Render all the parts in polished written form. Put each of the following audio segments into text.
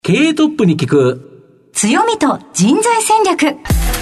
経営トップに聞く強みと人材戦略。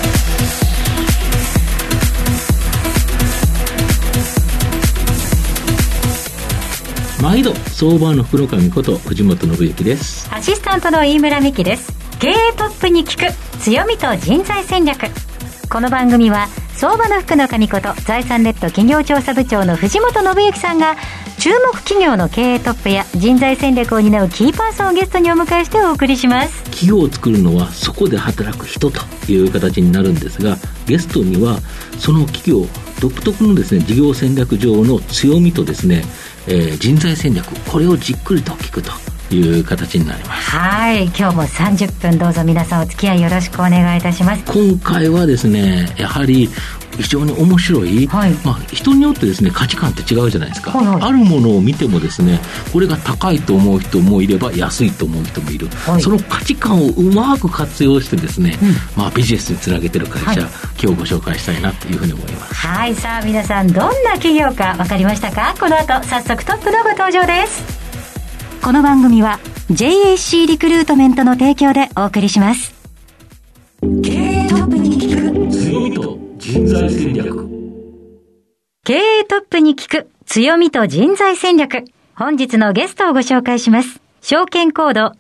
毎度相場の福の神こと藤本信之です。 アシスタントの飯村美希です。経営トップに聞く強みと人材戦略。この番組は相場の福の神こと財産ネット企業調査部長の藤本信之さんが注目企業の経営トップや人材戦略を担うキーパーソンをゲストにお迎えしてお送りします。 企業を作るのはそこで働く人という形になるんですが、ゲストにはその企業独特のですね、事業戦略上の強みとですね、人材戦略、これをじっくりと聞くという形になります。 はい、今日も30分どうぞ皆さんお付き合いよろしくお願いいたします。 今回はですね、やはり非常に面白い、人によってですね価値観って違うじゃないですか、あるものを見てもですね、これが高いと思う人もいれば安いと思う人もいる、その価値観をうまく活用してですね、ビジネスにつなげている会社、今日ご紹介したいなというふうに思います。 はい、さあ皆さんどんな企業か分かりましたか？この後早速トップのご登場です。この番組は JAC リクルートメントの提供でお送りします。経営トップに聞く強みと人材戦略。 経営トップに聞く強みと人材戦略。本日のゲストをご紹介します。証券コード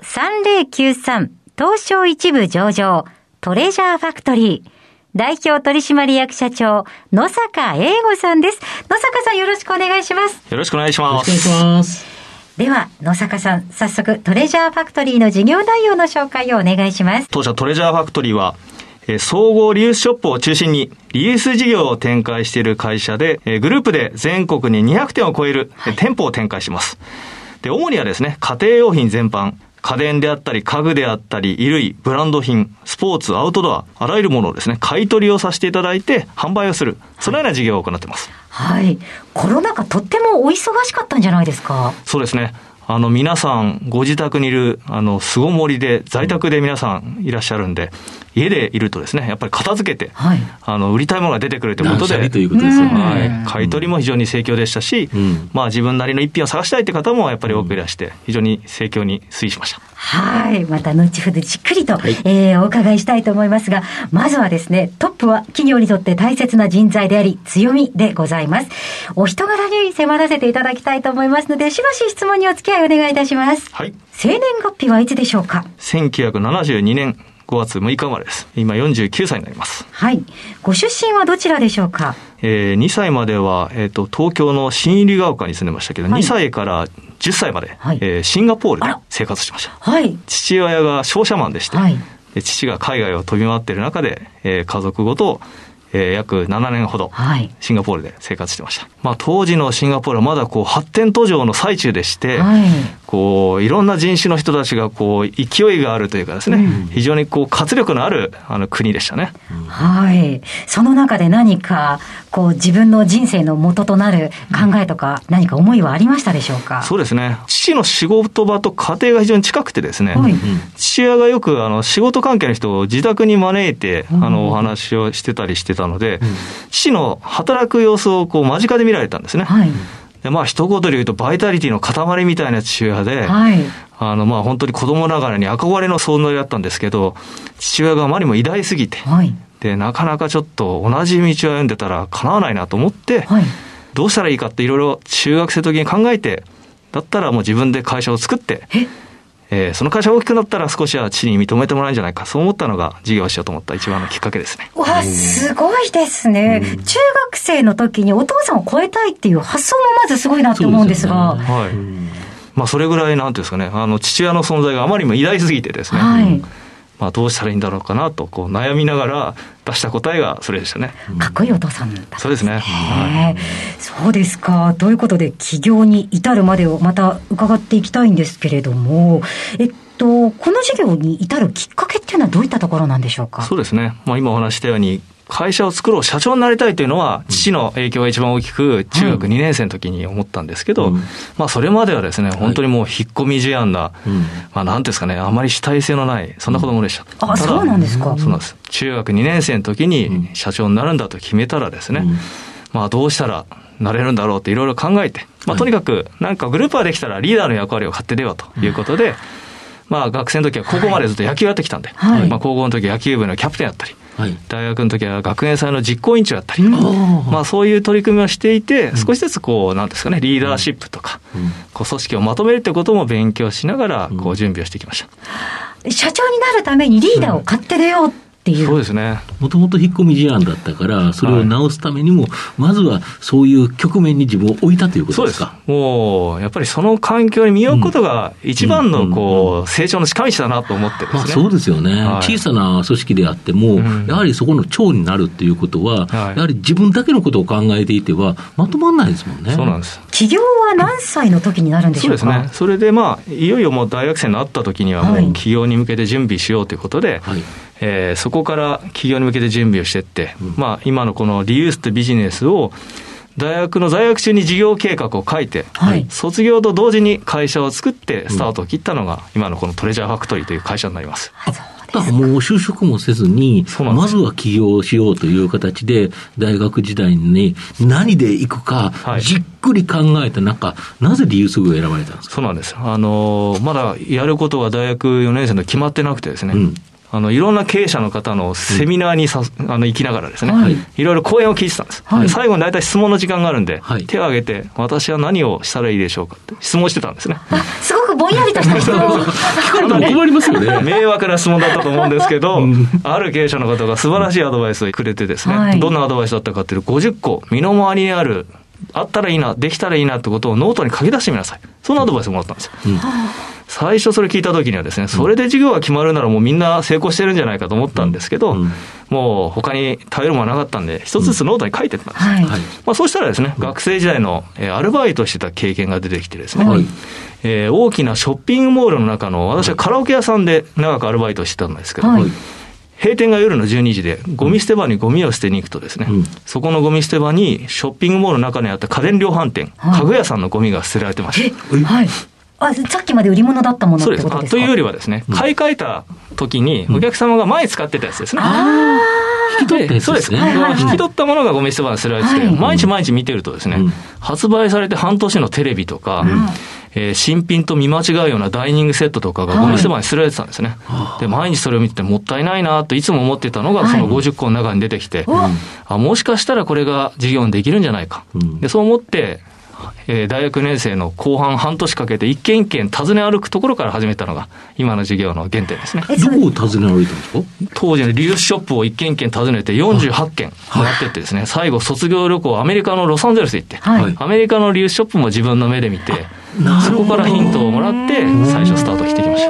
3093東証一部上場トレジャーファクトリー代表取締役社長野坂英吾さんです。野坂さんよろしくお願いします。 よろしくお願いします。 よろしくお願いします。 では野坂さん、早速トレジャーファクトリーの事業内容の紹介をお願いします。 当社トレジャーファクトリーは総合リユースショップを中心にリユース事業を展開している会社で、グループで全国に200店を超える店舗を展開します。で、主にはですね、家庭用品全般、家電であったり家具であったり衣類、ブランド品、スポーツ、アウトドア、あらゆるものをですね、買い取りをさせていただいて販売をする、そのような事業を行っています。 はい。コロナ禍とってもお忙しかったんじゃないですか？ そうですね。皆さんご自宅にいる巣ごもりで在宅で皆さんいらっしゃるんで、家でいるとですね、やっぱり片付けて、売りたいものが出てくるということで、 ということですよね。買い取りも非常に盛況でしたし、自分なりの一品を探したいという方もやっぱり多くいらして、非常に盛況に推移しました。 はい。また後ほどじっくりと、お伺いしたいと思いますが、まずはですね、トップは企業にとって大切な人材であり強みでございます。お人柄に迫らせていただきたいと思いますので、しばし質問にお付き合いお願いいたします。 はい。 生年月日はいつでしょうか ？1972年5月6日生まれです。今49歳になります。 はい。ご出身はどちらでしょうか ？2歳までは、東京の新百合ヶ丘に住んでましたけど、2歳から10歳まで、シンガポールで生活してました。 はい。 父親が商社マンでして、で父が海外を飛び回っている中で、家族ごと約7年ほどシンガポールで生活してました。当時のシンガポールはまだ発展途上の最中でして、いろんな人種の人たちが勢いがあるというかですね、非常に活力のある国でしたね。 はい。その中で何か自分の人生の元となる考えとか何か思いはありましたでしょうか？ そうですね。父の仕事場と家庭が非常に近くてですね、父親がよく仕事関係の人を自宅に招いてお話をしてたりしてたので、父の働く様子を間近で見られたんですね。で一言で言うとバイタリティの塊みたいな父親で、本当に子供ながらに憧れの存在だったんですけど、父親があまりにも偉大すぎて、でなかなかちょっと同じ道を歩んでたら叶わないなと思って、どうしたらいいかっていろいろ中学生の時に考えて、だったらもう自分で会社を作って、その会社が大きくなったら少しは父に認めてもらえるんじゃないか、そう思ったのが事業をしようと思った一番のきっかけですね。 わ、すごいですね。中学生の時にお父さんを超えたいっていう発想もまずすごいなって思うんですが、 それぐらいなんていうんですかね、父親の存在があまりにも偉大すぎてですね、どうしたらいいんだろうかなと悩みながら出した答えがそれでしたね。 かっこいいお父さんだったんですね。 そうですね。 そうですか。ということで起業に至るまでをまた伺っていきたいんですけれども、この事業に至るきっかけっていうのはどういったところなんでしょうか？そうですね。今お話したように会社を作ろう、社長になりたいというのは父の影響が一番大きく中学2年生の時に思ったんですけど、それまではですね、本当にもう引っ込み思案な、なんていうんですかね、あまり主体性のないそんな子供でした。 そうなんですか？ そうなんです。中学2年生の時に社長になるんだと決めたらですね、どうしたらなれるんだろうっていろいろ考えて、とにかくなんかグループができたらリーダーの役割を買って出ようということで、 まあ学生の時は高校までずっと野球やってきたんで、 はい、 まあ高校の時は野球部のキャプテンやったり、 はい、 大学の時は学園祭の実行委員長やったり、まあそういう取り組みをしていて、少しずつこう、なんですかね、リーダーシップとか、こう組織をまとめるってことも勉強しながら、こう準備をしてきました。 社長になるためにリーダーを買って出ようっていう。 そうですね。 もともと引っ込み思案だったから、それを直すためにも、まずはそういう局面に自分を置いたということですか。 そうです。もう、やっぱりその環境に身を置くことが一番のこう、成長の近道だなと思ってですね。 まあ、そうですよね、 はい。小さな組織であっても、やはりそこの長になるっていうことは、やはり自分だけのことを考えていては、まとまらないですもんね。 そうなんです。 起業は何歳の時になるんでしょうか。 そうですね。それでまあ、いよいよもう大学生になった時には、もう起業に向けて準備しようということで、はい、そこから起業に向けて準備をしていって、まあ、今のこのリユースとビジネスを大学の在学中に事業計画を書いて、はい、卒業と同時に会社を作ってスタートを切ったのが、今のこのトレジャーファクトリーという会社になります。 だからもう就職もせずに、まずは起業しようという形で、大学時代に何で行くか、じっくり考えた中、なぜリユース部を選ばれたんですか。 そうなんです。まだやることは大学4年生の決まってなくてですね、いろんな経営者の方のセミナーに行きながらですね、はい、いろいろ講演を聞いてたんです。はい、最後に大体質問の時間があるんで、はい、手を挙げて、私は何をしたらいいでしょうかって質問してたんですね。 すごくぼんやりとした質問を聞かれても困りますよね。 迷惑な質問だったと思うんですけど、ある経営者の方が素晴らしいアドバイスをくれてですね、はい、どんなアドバイスだったかというと、50個、身の回りにある、あったらいいな、できたらいいなってことをノートに書き出してみなさい。そんなアドバイスをもらったんですよ。最初それ聞いた時にはですね、それで事業が決まるならもうみんな成功してるんじゃないかと思ったんですけど、もう他に頼るものはなかったんで、一つずつノートに書いてったんです。はい、まあ、そうしたらですね、学生時代のアルバイトしてた経験が出てきてですね、はい、大きなショッピングモールの中の、私はカラオケ屋さんで長くアルバイトしてたんですけど、はい、閉店が夜の12時で、ゴミ捨て場にゴミを捨てに行くとですね、そこのゴミ捨て場にショッピングモールの中にあった家電量販店、家具屋さんのゴミが捨てられてました。 はい。さっきまで売り物だったものってことですか。 そうです。というよりはですね、買い替えた時にお客様が前使ってたやつですね。 引き取ったやつですね。 そうです。引き取ったものがゴミ捨て場に捨てられてて、毎日見てるとですね、発売されて半年のテレビとか、新品と見間違うようなダイニングセットとかがゴミ捨て場に捨てられてたんですね。で、毎日それを見ててもったいないなといつも思ってたのが、その50個の中に出てきて、もしかしたらこれが事業にできるんじゃないか。で、そう思って、大学4年生の後半半年かけて一軒一軒訪ね歩くところから始めたのが今の事業の原点ですね。 どこを訪ね歩いたんですか。 当時のリユースショップを一軒一軒訪ねて48軒回ってってですね、最後卒業旅行アメリカのロサンゼルス行って、アメリカのリユースショップも自分の目で見て、そこからヒントをもらって最初スタートしてきました。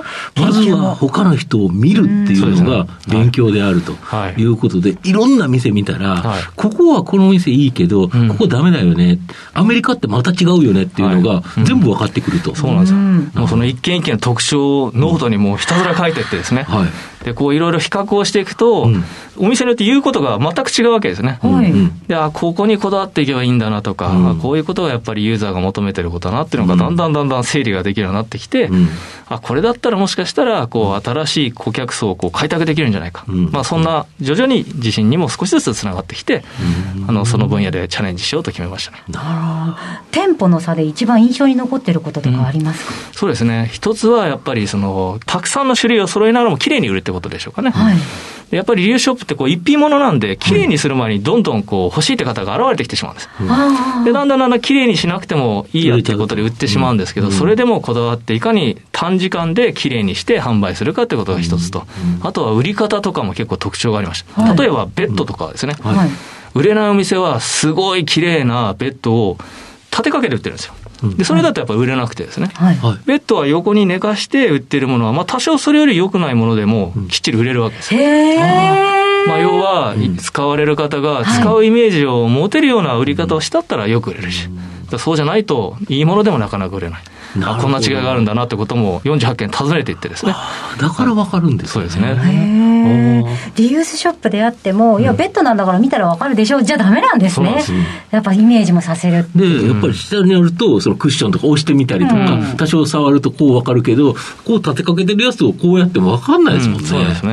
まずは他の人を見るっていうのが勉強であるということで、いろんな店見たら、ここはこの店いいけど、ここダメだよね、アメリカってまた違うよねっていうのが全部分かってくると。 そうなんですよ。もうその一軒一軒の特徴をノートにもうひたすら書いてってですね、でこういろいろ比較をしていくと、お店によって言うことが全く違うわけですね。で、ここにこだわっていけばいいんだなとか、こういうことがやっぱりユーザーが求めてることだなっていうのがだんだん整理ができるようになってきて、これだったらもしかしたらこう新しい顧客層をこう開拓できるんじゃないか、まあ、そんな徐々に自信にも少しずつつながってきて、その分野でチャレンジしようと決めましたね。 店舗の差で一番印象に残っていることとかありますか。 そうですね。一つはやっぱりたくさんの種類を揃えながらもきれいに売るってことでしょうかね。やっぱりリユースショップってこう一品物なんで、きれいにする前にどんどんこう欲しいって方が現れてきてしまうんです。で、だんだんきれいにしなくてもいいやっていうことで売ってしまうんですけど、それでもこだわっていかに短時間できれいにして販売するかってことが一つと、あとは売り方とかも結構特徴がありました。例えばベッドとかはですね、売れないお店はすごいきれいなベッドを立てかけて売ってるんですよ。でそれだとやっぱり売れなくてですね、ベッドは横に寝かして売ってるものは、まあ、多少それより良くないものでもきっちり売れるわけですよ。まあ、要は使われる方が使うイメージを持てるような売り方をしたったらよく売れるし、そうじゃないといいものでもなかなか売れない。こんな違いがあるんだなってことも48件訪ねていってですね。 だから分かるんですね。 そうですね。 リユースショップであっても、いやベッドなんだから見たら分かるでしょうじゃダメなんですね。やっぱイメージもさせるで、やっぱり下にあるとそのクッションとか押してみたりとか、多少触るとこう分かるけど、こう立てかけてるやつをこうやっても分かんないですもんね。 そうですね。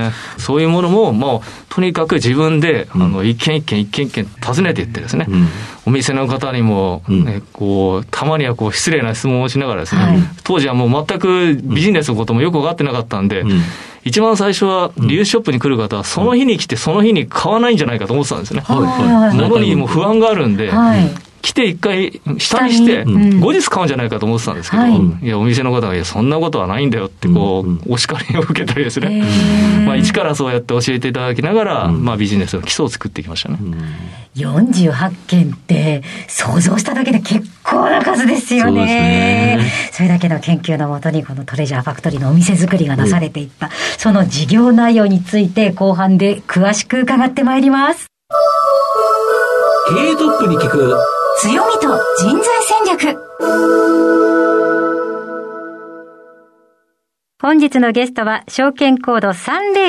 そういうものももうとにかく自分で一軒一軒訪ねていってですね、お店の方にも、こうたまにはこう失礼な質問をしながらですね、当時はもう全くビジネスのこともよく分かってなかったんで、一番最初はリユースショップに来る方はその日に来てその日に買わないんじゃないかと思ってたんですね。物にも不安があるんで、来て一回下にして後日買うんじゃないかと思ってたんですけど、いやお店の方がいやそんなことはないんだよってこうお叱りを受けたりですね、一からそうやって教えていただきながら、ビジネスの基礎を作ってきましたね。 48件って想像しただけで結構な数ですよね。それだけの研究のもとにこのトレジャーファクトリーのお店作りがなされていった、その事業内容について後半で詳しく伺ってまいります。 経営トップに聞く強みと人材戦略。本日のゲストは証券コード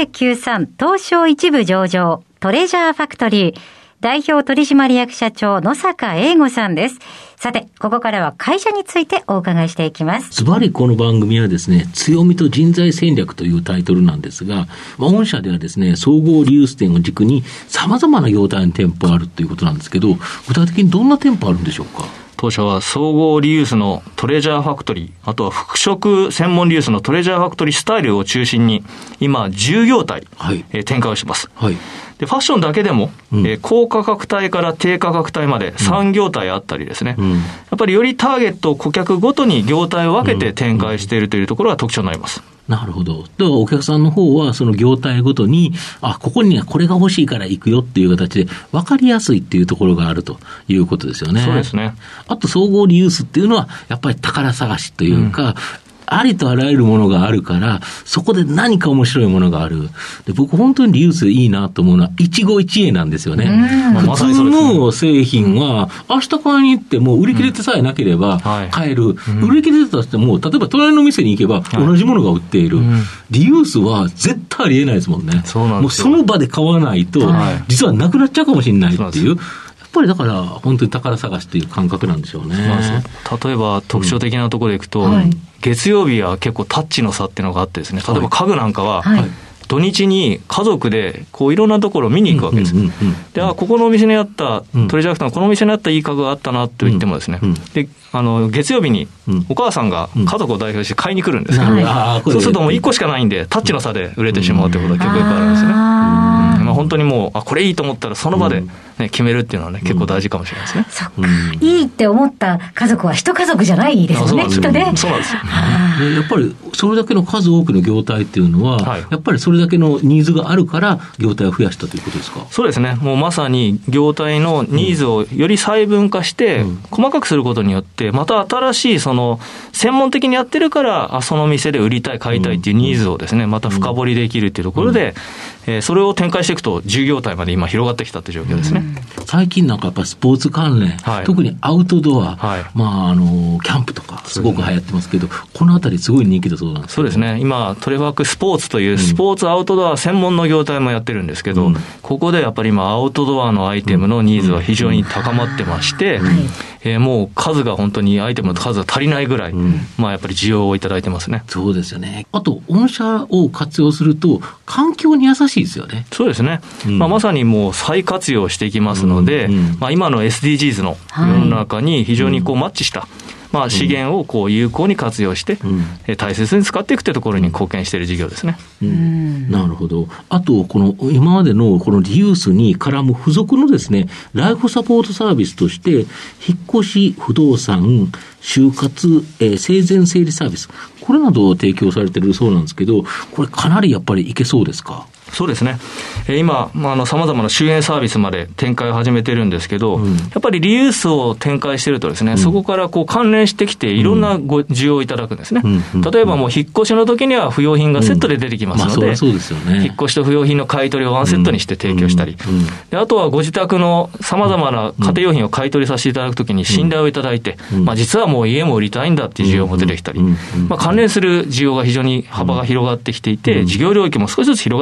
3093東証一部上場トレジャーファクトリー代表取締役社長野坂英吾さんです。さて、ここからは会社についてお伺いしていきます。 ズバリこの番組はですね、強みと人材戦略というタイトルなんですが、御社ではですね、総合リユース店を軸に様々な業態の店舗あるということなんですけど、具体的にどんな店舗あるんでしょうか？ 当社は総合リユースのトレジャーファクトリー、あとは服飾専門リユースのトレジャーファクトリースタイルを中心に今10業態、展開をしています。でファッションだけでも、高価格帯から低価格帯まで3業態あったりですね、やっぱりよりターゲット顧客ごとに業態を分けて展開しているというところが特徴になります。 なるほど。ではお客さんの方はその業態ごとにここにはこれが欲しいから行くよっていう形で分かりやすいっていうところがあるということですよね。 そうですね。 あと総合リユースっていうのはやっぱり宝探しというか、ありとあらゆるものがあるから、そこで何か面白いものがある。で僕本当にリユースでいいなと思うのは、一期一会なんですよね。普通の製品は、明日買いに行っても売り切れてさえなければ買える。売り切れてたとしても、例えば隣の店に行けば同じものが売っている。リユースは絶対ありえないですもんね。もうその場で買わないと、実はなくなっちゃうかもしれないっていう。やっぱりだから本当に宝探しという感覚なんでしょうね。 例えば特徴的なところでいくと、月曜日は結構タッチの差っていうのがあってですね、例えば家具なんかは、土日に家族でこういろんなところを見に行くわけです。で、ここのお店にあったトレジャーファクトリーのこのお店にあったいい家具があったなと言ってもですね、で月曜日にお母さんが家族を代表して買いに来るんですけど、そうするともう1個しかないんでタッチの差で売れてしまうということが結構よくあるんですね。本当にもうこれいいと思ったらその場で、決めるっていうのはね結構大事かもしれないですね。 そっか、いいって思った家族は一家族じゃないですよね、きっとね。 そうなんですよ。 やっぱりそれだけの数多くの業態っていうのは、やっぱりそれだけのニーズがあるから業態を増やしたということですか？ そうですね。もうまさに業態のニーズをより細分化して細かくすることによって、また新しいその専門的にやってるからその店で売りたい買いたいっていうニーズをですね、また深掘りできるっていうところで、それを展開していくと10業態まで今広がってきたっていう状況ですね。 最近なんかやっぱりスポーツ関連、特にアウトドア、キャンプとかすごく流行ってますけど、このあたりすごい人気だそうなんです。 そうですね。今トレワークスポーツというスポーツアウトドア専門の業態もやってるんですけど、ここでやっぱり今アウトドアのアイテムのニーズは非常に高まってまして、もう数が本当にアイテムの数が足りないぐらい、やっぱり需要をいただいてますね。 そうですよね。あと御社を活用すると環境に優しいですよね。 そうですね。まさにもう再活用していきますので、今の SDGs の世の中に非常にこうマッチした、資源をこう有効に活用して、大切に使っていくというところに貢献している事業ですね。 なるほど。あとこの今までのこのリユースに絡む付属のですね、ライフサポートサービスとして引っ越し不動産就活、生前整理サービス、これなどを提供されているそうなんですけど、これかなりやっぱりいけそうですか？ そうですね。今、様々な周縁サービスまで展開を始めてるんですけど、やっぱりリユースを展開してるとですね、そこからこう関連してきていろんなご需要をいただくんですね。例えばもう引っ越しの時には不要品がセットで出てきますので、 そうですよね。 引っ越しと不要品の買い取りをワンセットにして提供したり、であとはご自宅の様々な家庭用品を買い取りさせていただくときに信頼をいただいて、実はもう家も売りたいんだっていう需要も出てきたり、関連する需要が非常に幅が広がってきていて、事業領域も少しずつ広がってきてますね。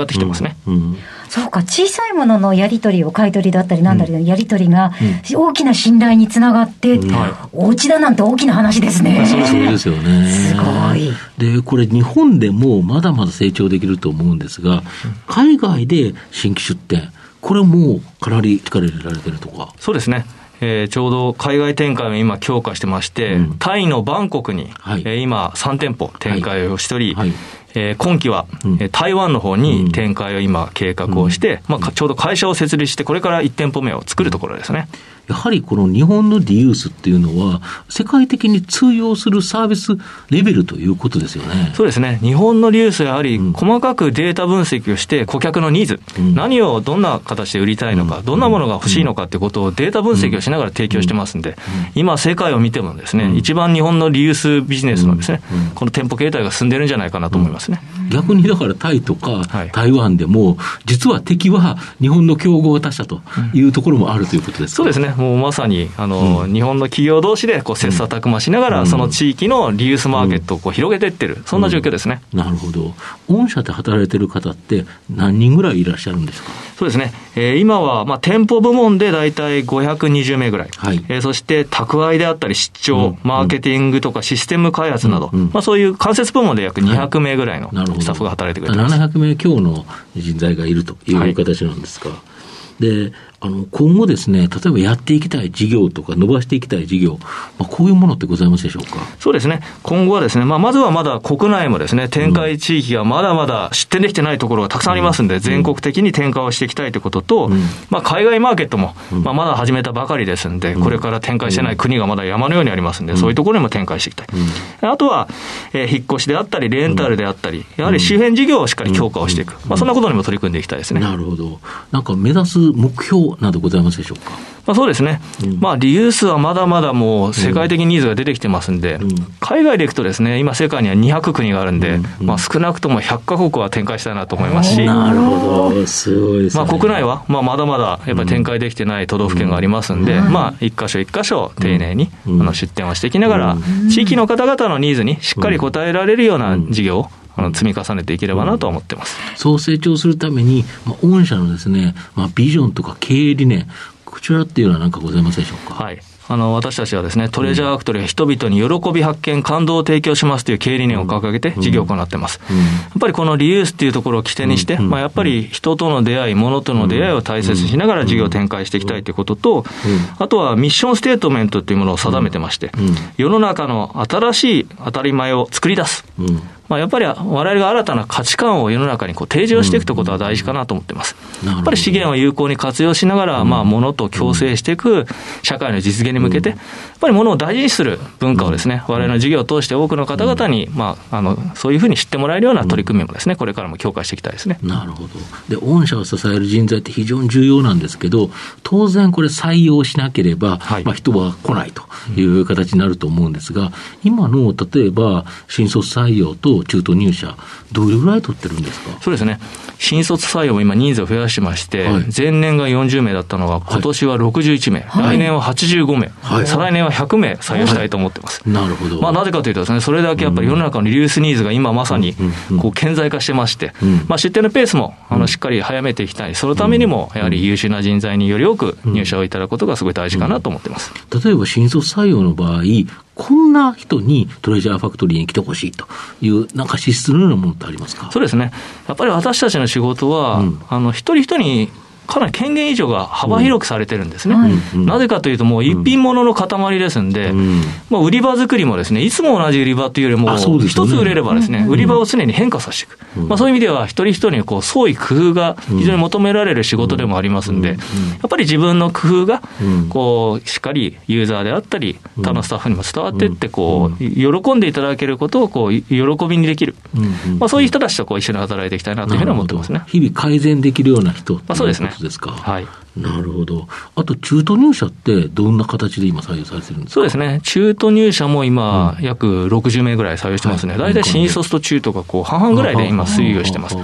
ね。 そうか、小さいもののやり取りを買い取りだったりなんだりのやり取りが大きな信頼につながって、お家だなんて大きな話ですね。 そうですよね。 すごい。 で、これ日本でもまだまだ成長できると思うんですが、海外で新規出店、これもかなり力入れられてるとか。 そうですね。ちょうど海外展開を今強化してまして、タイのバンコクに、今3店舗展開をしており、今期は、台湾の方に展開を今計画をして、ちょうど会社を設立してこれから1店舗目を作るところですね。 やはりこの日本のリユースっていうのは世界的に通用するサービスレベルということですよね。 そうですね。日本のリユースはやはり細かくデータ分析をして顧客のニーズ、何をどんな形で売りたいのか、どんなものが欲しいのかということをデータ分析をしながら提供してますんで、今世界を見てもですね、一番日本のリユースビジネスのですね、この店舗形態が進んでるんじゃないかなと思いますね。 逆にだからタイとか台湾でも実は敵は日本の競合他社というところもあるということですか。 そうですね。もうまさに日本の企業同士でこう切磋琢磨しながら、その地域のリユースマーケットをこう広げていってる、そんな状況ですね。 なるほど。御社で働いている方って何人ぐらいいらっしゃるんですか。 そうですね。今は店舗部門でだいたい520名ぐらい、そして宅配であったり出張、マーケティングとかシステム開発など、そういう間接部門で約200名ぐらいのスタッフが働いてくれています。 700名強の人材がいるという形なんですか。で、今後ですね、例えばやっていきたい事業とか伸ばしていきたい事業、こういうものってございますでしょうか。 そうですね。今後はですね、まずはまだ国内もですね、展開地域がまだまだ出店できてないところがたくさんありますんで、全国的に展開をしていきたいということと、海外マーケットも、まだ始めたばかりですんで、これから展開してない国がまだ山のようにありますんで、そういうところにも展開していきたい。あとは、引っ越しであったり、レンタルであったり、やはり周辺事業をしっかり強化をしていく。そんなことにも取り組んでいきたいですね。 なるほど。なんか目指す目標などございますでしょうか。 そうですね。リユースはまだまだもう世界的にニーズが出てきてますんで、海外でいくとですね、今世界には200国があるんで、少なくとも100カ国は展開したいなと思いますし、 なるほど、すごいですね。 国内はまだまだやっぱり展開できてない都道府県がありますんで、一箇所一箇所丁寧に出店をしていきながら、地域の方々のニーズにしっかり応えられるような事業を積み重ねていければなと思ってます。 そう成長するために、御社のですね、ビジョンとか経営理念、こちらっていうのは何かございますでしょうか。 はい。私たちはですね、トレジャーファクトリーは人々に喜び発見、感動を提供しますという経営理念を掲げて事業を行っています。やっぱりこのリユースっていうところを起点にして、やっぱり人との出会い、物との出会いを大切にしながら事業を展開していきたいということと、あとはミッションステートメントというものを定めてまして、世の中の新しい当たり前を作り出す。やっぱり我々が新たな価値観を世の中に提示をしていくということは大事かなと思っています。やっぱり資源を有効に活用しながら、物と共生していく社会の実現に向けて、やっぱり物を大事にする文化をですね、我々の事業を通して多くの方々に、そういうふうに知ってもらえるような取り組みもですね、これからも強化していきたいですね。 なるほど。で、御社を支える人材って非常に重要なんですけど、当然これ採用しなければ、人は来ないという形になると思うんですが、今の例えば新卒採用と中途入社、どれぐらい取ってるんですか。 そうですね。新卒採用も今人数を増やしてまして、前年が40名だったのが今年は61名、来年は85名、再来年は100名採用したいと思ってます。 なるほど。 なぜかというとですね、それだけやっぱり世の中のリユースニーズが今まさに顕在化してまして、出店のペースもしっかり早めていきたい。そのためにもやはり優秀な人材により多く入社をいただくことがすごい大事かなと思ってます。 例えば新卒採用の場合、こんな人にトレジャーファクトリーに来てほしいというなんか資質のようなものってありますか。 そうですね。やっぱり私たちの仕事は、一人一人にかなり権限以上が幅広くされてるんですね。なぜかというと、もう一品物の塊ですんで、売り場作りもですね、いつも同じ売り場というよりも、一つ売れればですね、売り場を常に変化させていく。そういう意味では、一人一人に創意工夫が非常に求められる仕事でもありますんで、やっぱり自分の工夫が、しっかりユーザーであったり、他のスタッフにも伝わっていって、喜んでいただけることを喜びにできる。そういう人たちと一緒に働いていきたいなというふうに思ってますね。 日々改善できるような人。 そうですね。 ですか。 はい。 なるほど。あと中途入社ってどんな形で今採用されてるんですか。 そうですね。中途入社も今、約60名ぐらい採用してますね。大体新卒と中途が半々ぐらいで今推移をしてます。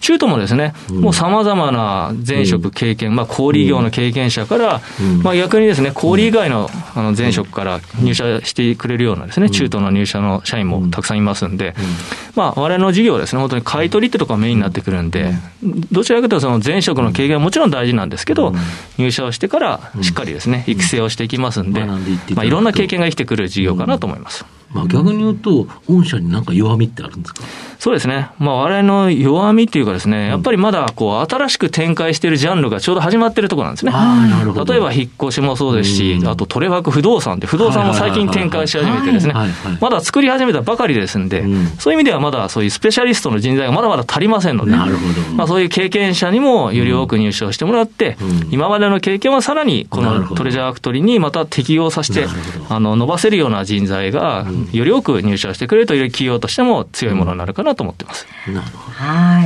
中途もですね、もう様々な前職経験、小売業の経験者から、逆にですね、小売以外の前職から入社してくれるようなですね、中途の入社の社員もたくさんいますんで、我々の事業はですね、本当に買い取りってとこがメインになってくるんで、どちらかというとその前職の経験はもちろん大事なんですけど、入社をしてからしっかりですね、育成をしていきますんで、いろんな経験が生きてくる事業かなと思います。 逆に言うと、御社に何か弱みってあるんですか？ そうですね。我々の弱みっていうかですね、やっぱりまだ新しく展開しているジャンルがちょうど始まっているところなんですね。例えば引っ越しもそうですし、あとトレワーク不動産って不動産も最近展開し始めてですね、まだ作り始めたばかりですんで、そういう意味ではまだそういうスペシャリストの人材がまだまだ足りませんので、そういう経験者にもより多く入社をしてもらって、今までの経験はさらにこのトレジャーファクトリーにまた適用させて、伸ばせるような人材がより多く入社してくれるという企業としても強いものになるかなと思ってます。 はい。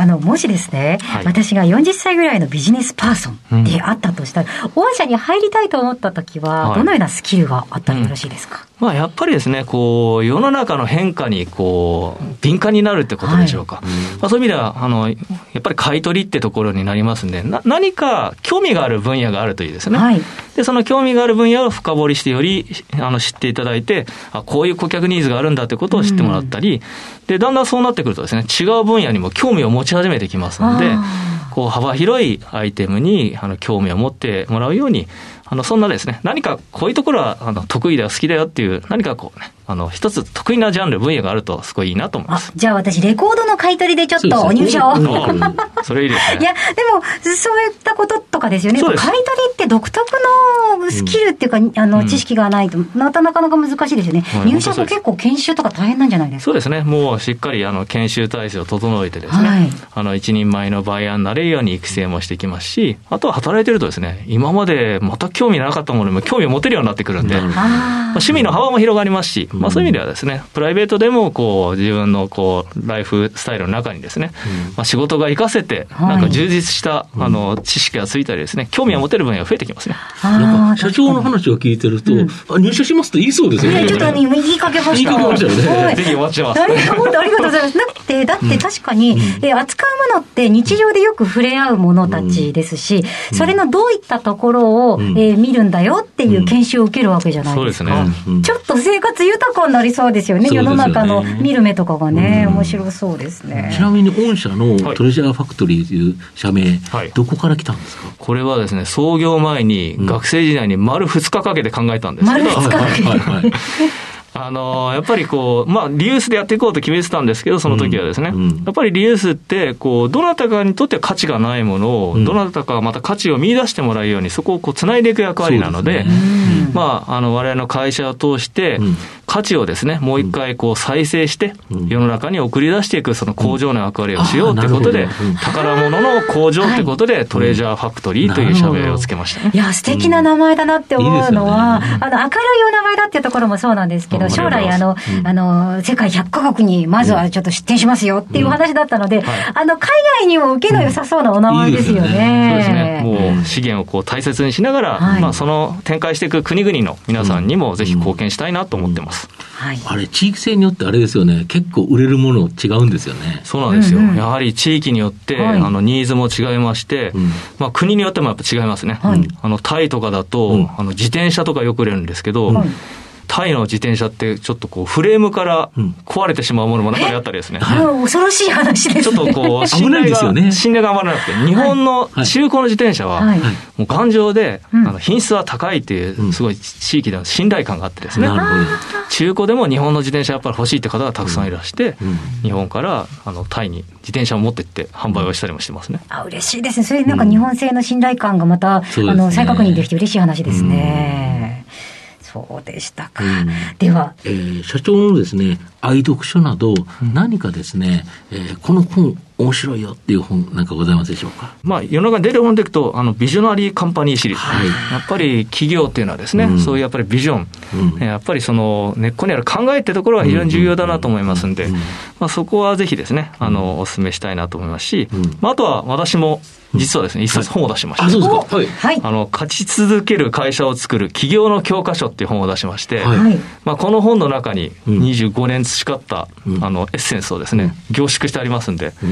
もしですね、私が40歳ぐらいのビジネスパーソンであったとしたら、御社に入りたいと思ったときは、どのようなスキルがあったらよろしいですか？ やっぱりですね、世の中の変化に敏感になるってことでしょうか。そういう意味ではやっぱり買い取りってところになりますんで、何か興味がある分野があるといいですね。でその興味がある分野を深掘りしてより知っていただいて、こういう顧客ニーズがあるんだということを知ってもらったり、でだんだんそうなってくるとですね、違う分野にも興味を持ち始めてきますので、幅広いアイテムに興味を持ってもらうように、そんなですね、何かこういうところは得意だよ、好きだよっていう、何か一つ得意なジャンル、分野があるとすごいいいなと思います。 じゃあ私、レコードの買い取りでちょっと入社を。 それいいですね。 いや、でも、そういったこととかですよね。買い取りって独特のスキルっていうか、知識がないと、なかなか難しいですよね。入社も結構研修とか大変なんじゃないですか？ そうですね。もうしっかり研修体制を整えてですね、一人前のバイヤーになれるように育成もしてきますし、あとは働いてるとですね、今までまた興味なかったものにも興味を持てるようになってくるんで、趣味の幅も広がりますし、そういう意味ではですね、プライベートでも自分のライフスタイルの中にですね、仕事が活かせて、なんか充実した知識がついたりですね、興味を持てる分野が増えてきますね。 なんか社長の話を聞いてると、入社しますと言いそうですよね。 ちょっと言いかけました。 ぜひお待ちしてます。 ありがとうございます。だって確かに、扱うものって日常でよく触れ合うものたちですし、それのどういったところを見るんだよっていう研修を受けるわけじゃないですか。そうですね。ちょっと生活豊かになりそうですよね。世の中の見る目とかがね、面白そうですね。 ちなみに御社のトレジャーファクトリーという社名、どこから来たんですか？ これはですね、創業前に学生時代に丸2日かけて考えたんですけど、 丸2日かけてやっぱりリユースでやっていこうと決めてたんですけど、その時はですね、やっぱりリユースって、どなたかにとっては価値がないものを、どなたかまた価値を見出してもらうように、そこをつないでいく役割なので、我々の会社を通して、価値をですね、もう一回再生して、世の中に送り出していく、その工場の役割をしようということで、宝物の工場ということで、トレジャーファクトリーという社名をつけましたね。 いや、素敵な名前だなって思うのは、明るいお名前だっていうところもそうなんですけど、将来世界100カ国にまずはちょっと出展しますよっていう話だったので、海外にも受けの良さそうなお名前ですよね。 そうですね。もう資源を大切にしながら、その展開していく国々の皆さんにもぜひ貢献したいなと思ってます。 あれ地域性によってあれですよね、結構売れるもの違うんですよね。 そうなんですよ。やはり地域によってニーズも違いまして、国によってもやっぱ違いますね。タイとかだと自転車とかよく売れるんですけど、タイの自転車ってちょっとフレームから壊れてしまうものも中にあったりですね。 恐ろしい話ですね。 ちょっと信頼があまらなくて、日本の中古の自転車はもう頑丈で品質は高いっていうすごい地域での信頼感があってですね。中古でも日本の自転車やっぱり欲しいって方がたくさんいらして、日本からタイに自転車を持ってって販売をしたりもしてますね。 嬉しいですね。それなんか日本製の信頼感がまた再確認できて嬉しい話ですね。そうでしたか。では、 社長のですね、愛読書など、何かですね、この本面白いよっていう本なんかございますでしょうか？ 世の中に出る本でいくと、ビジョナリーカンパニーシリーズ。やっぱり企業っていうのはですね、そういうやっぱりビジョン、やっぱりその根っこにある考えってところが非常に重要だなと思いますんで、そこはぜひですね、お勧めしたいなと思いますし、あとは私も、実はですね、一冊本を出しました。 そうですか。 勝ち続ける会社を作る企業の教科書っていう本を出しまして、この本の中に25年培ったエッセンスをですね、凝縮してありますんで、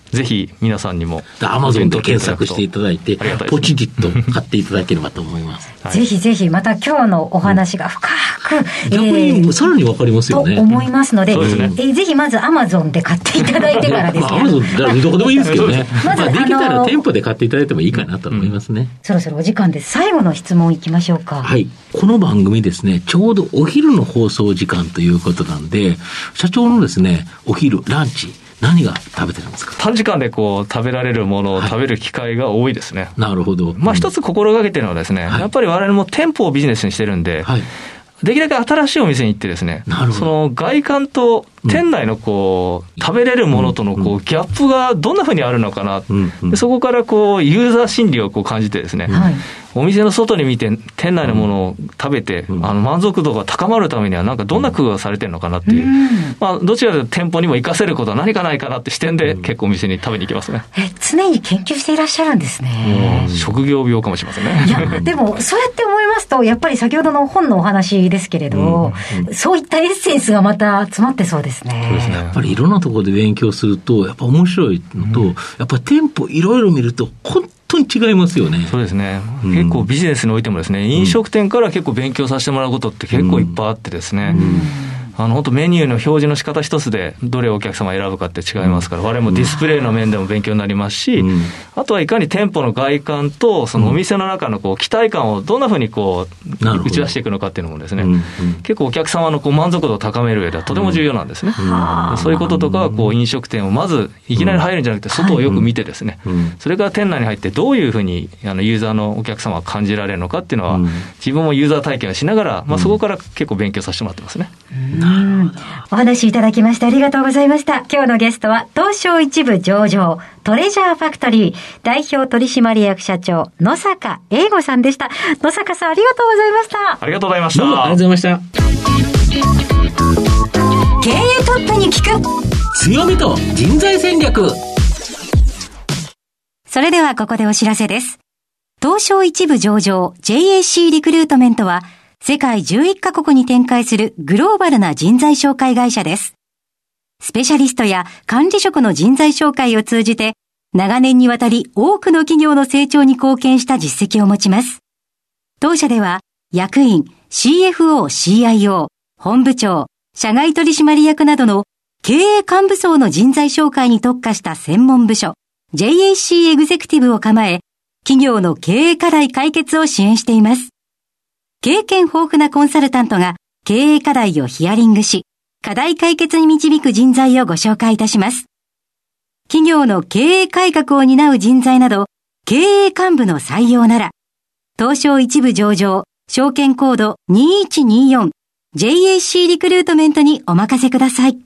ぜひ皆さんにもアマゾンで検索していただいて、ポチリッと買っていただければと思います。 ぜひぜひまた今日のお話が深く、 逆にさらに分かりますよねと思いますので、ぜひまずアマゾンで買っていただいてからですね。 アマゾンってどこでもいいですけどね。まずできたら店舗で買っていただいてもいいかなと思いますね。 そろそろお時間です。最後の質問いきましょうか。 はい。この番組ですね、ちょうどお昼の放送時間ということなんで、社長のですね、お昼、ランチ、何が食べてるんですか？ 短時間でこう食べられるものを食べる機会が多いですね。 なるほど。 一つ心がけてるのはですね、やっぱり我々も店舗をビジネスにしてるんで、できるだけ新しいお店に行ってですね、その外観と店内のこう、食べれるものとのこうギャップがどんなふうにあるのかな、でそこからこうユーザー心理をこう感じてですね、お店の外に見て店内のものを食べて、満足度が高まるためにはなんかどんな工夫がされてるのかなっていう、どちらかというと店舗にも活かせることは何かないかなって視点で結構お店に食べに行きますね。 常に研究していらっしゃるんですね。 職業病かもしれませんね。 いやでもそうやって思いますと、やっぱり先ほどの本のお話ですけれど、そういったエッセンスがまた詰まってそうですね。 そうですね。やっぱりいろんなところで勉強するとやっぱ面白いのと、やっぱり店舗いろいろ見ると本当に違いますよね。 そうですね。結構ビジネスにおいてもですね、飲食店から結構勉強させてもらうことって結構いっぱいあってですね、本当メニューの表示の仕方一つでどれをお客様選ぶかって違いますから、我々もディスプレイの面でも勉強になりますし、あとはいかに店舗の外観とそのお店の中のこう期待感をどんなふうにこう打ち出していくのかっていうのもですね、結構お客様のこう満足度を高める上ではとても重要なんですね。そういうこととかはこう飲食店をまずいきなり入るんじゃなくて外をよく見てですね、それから店内に入ってどういうふうにユーザーのお客様が感じられるのかっていうのは、自分もユーザー体験をしながら、そこから結構勉強させてもらってますね。 お話いただきましてありがとうございました。今日のゲストは東証一部上場トレジャーファクトリー代表取締役社長野坂英吾さんでした。野坂さんありがとうございました。 ありがとうございました。 どうもありがとうございました。 経営トップに聞く強みと人材戦略。 それではここでお知らせです。東証一部上場 JAC リクルートメントは世界11カ国に展開するグローバルな人材紹介会社です。スペシャリストや管理職の人材紹介を通じて、長年にわたり多くの企業の成長に貢献した実績を持ちます。当社では、役員、CFO、CIO、本部長、社外取締役などの経営幹部層の人材紹介に特化した専門部署、JAC エグゼクティブを構え、企業の経営課題解決を支援しています。経験豊富なコンサルタントが経営課題をヒアリングし、課題解決に導く人材をご紹介いたします。企業の経営改革を担う人材など、経営幹部の採用なら、東証一部上場、証券コード2124、JAC リクルートメントにお任せください。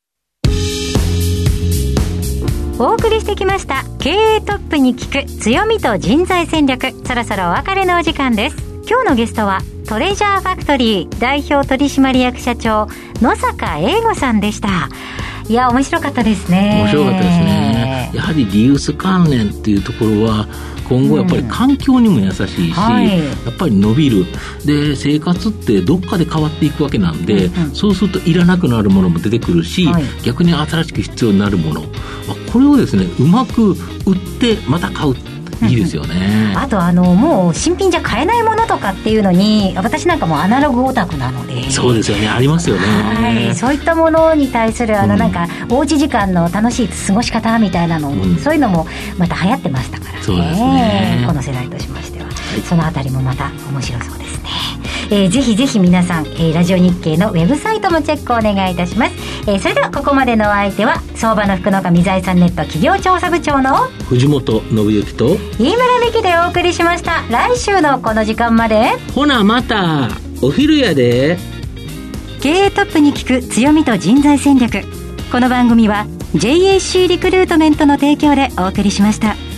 お送りしてきました経営トップに聞く強みと人材戦略。そろそろお別れのお時間です。今日のゲストはトレジャーファクトリー代表取締役社長野坂英吾さんでした。いや面白かったですね。 面白かったですね。やはりリユース関連っていうところは今後やっぱり環境にも優しいし、やっぱり伸びるで生活ってどっかで変わっていくわけなんで、そうするといらなくなるものも出てくるし、逆に新しく必要になるもの、これをですねうまく売ってまた買う、いいですよね。 あともう新品じゃ買えないものとかっていうのに、私なんかもアナログオタクなので、 そうですよね、ありますよね。 そういったものに対するなんかおうち時間の楽しい過ごし方みたいなの、そういうのもまた流行ってましたからね。 そうですね、 この世代としましては、そのあたりもまた面白そうですね。ぜひぜひ皆さん、ラジオ日経のウェブサイトもチェックお願いいたします。それではここまでのお相手は相場の福の神財産ネット企業調査部長の藤本信之と飯村美希でお送りしました。来週のこの時間まで、 ほなまたお昼やで。 経営トップに聞く強みと人材戦略。この番組は JAC リクルートメントの提供でお送りしました。